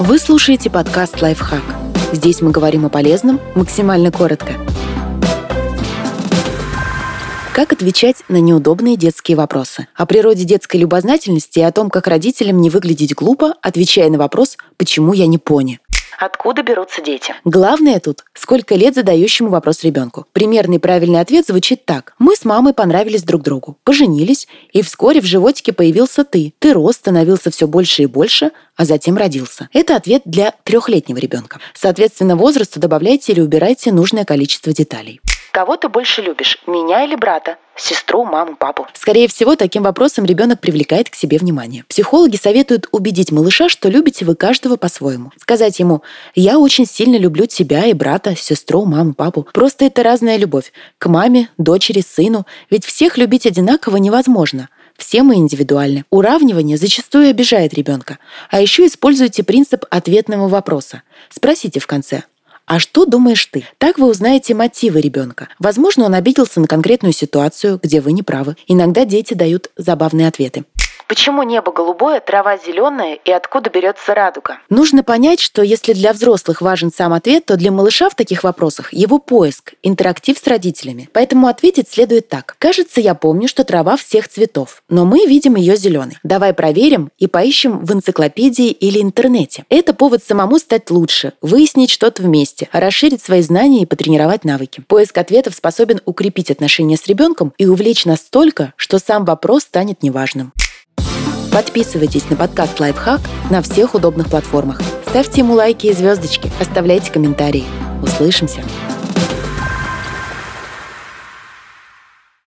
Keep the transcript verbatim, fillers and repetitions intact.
Вы слушаете подкаст «Лайфхак». Здесь мы говорим о полезном максимально коротко. Как отвечать на неудобные детские вопросы? О природе детской любознательности и о том, как родителям не выглядеть глупо, отвечая на вопрос «Почему я не пони?». Откуда берутся дети? Главное тут – сколько лет задающему вопрос ребенку. Примерный правильный ответ звучит так. Мы с мамой понравились друг другу, поженились, и вскоре в животике появился ты. Ты рос, становился все больше и больше, а затем родился. Это ответ для трехлетнего ребенка. Соответственно, возрасту добавляйте или убирайте нужное количество деталей. Кого ты больше любишь, меня или брата? Сестру, маму, папу? Скорее всего, таким вопросом ребенок привлекает к себе внимание. Психологи советуют убедить малыша, что любите вы каждого по-своему. Сказать ему: «Я очень сильно люблю тебя и брата, сестру, маму, папу». Просто это разная любовь. К маме, дочери, сыну. Ведь всех любить одинаково невозможно. Все мы индивидуальны. Уравнивание зачастую обижает ребенка. А еще используйте принцип ответного вопроса. Спросите в конце: «А что думаешь ты?» Так вы узнаете мотивы ребенка. Возможно, он обиделся на конкретную ситуацию, где вы не правы. Иногда дети дают забавные ответы. Почему небо голубое, трава зеленая и откуда берется радуга? Нужно понять, что если для взрослых важен сам ответ, то для малыша в таких вопросах его поиск, интерактив с родителями. Поэтому ответить следует так. Кажется, я помню, что трава всех цветов, но мы видим ее зеленой. Давай проверим и поищем в энциклопедии или интернете. Это повод самому стать лучше, выяснить что-то вместе, расширить свои знания и потренировать навыки. Поиск ответов способен укрепить отношения с ребенком и увлечь настолько, что сам вопрос станет неважным. Подписывайтесь на подкаст «Лайфхак» на всех удобных платформах. Ставьте ему лайки и звездочки, оставляйте комментарии. Услышимся!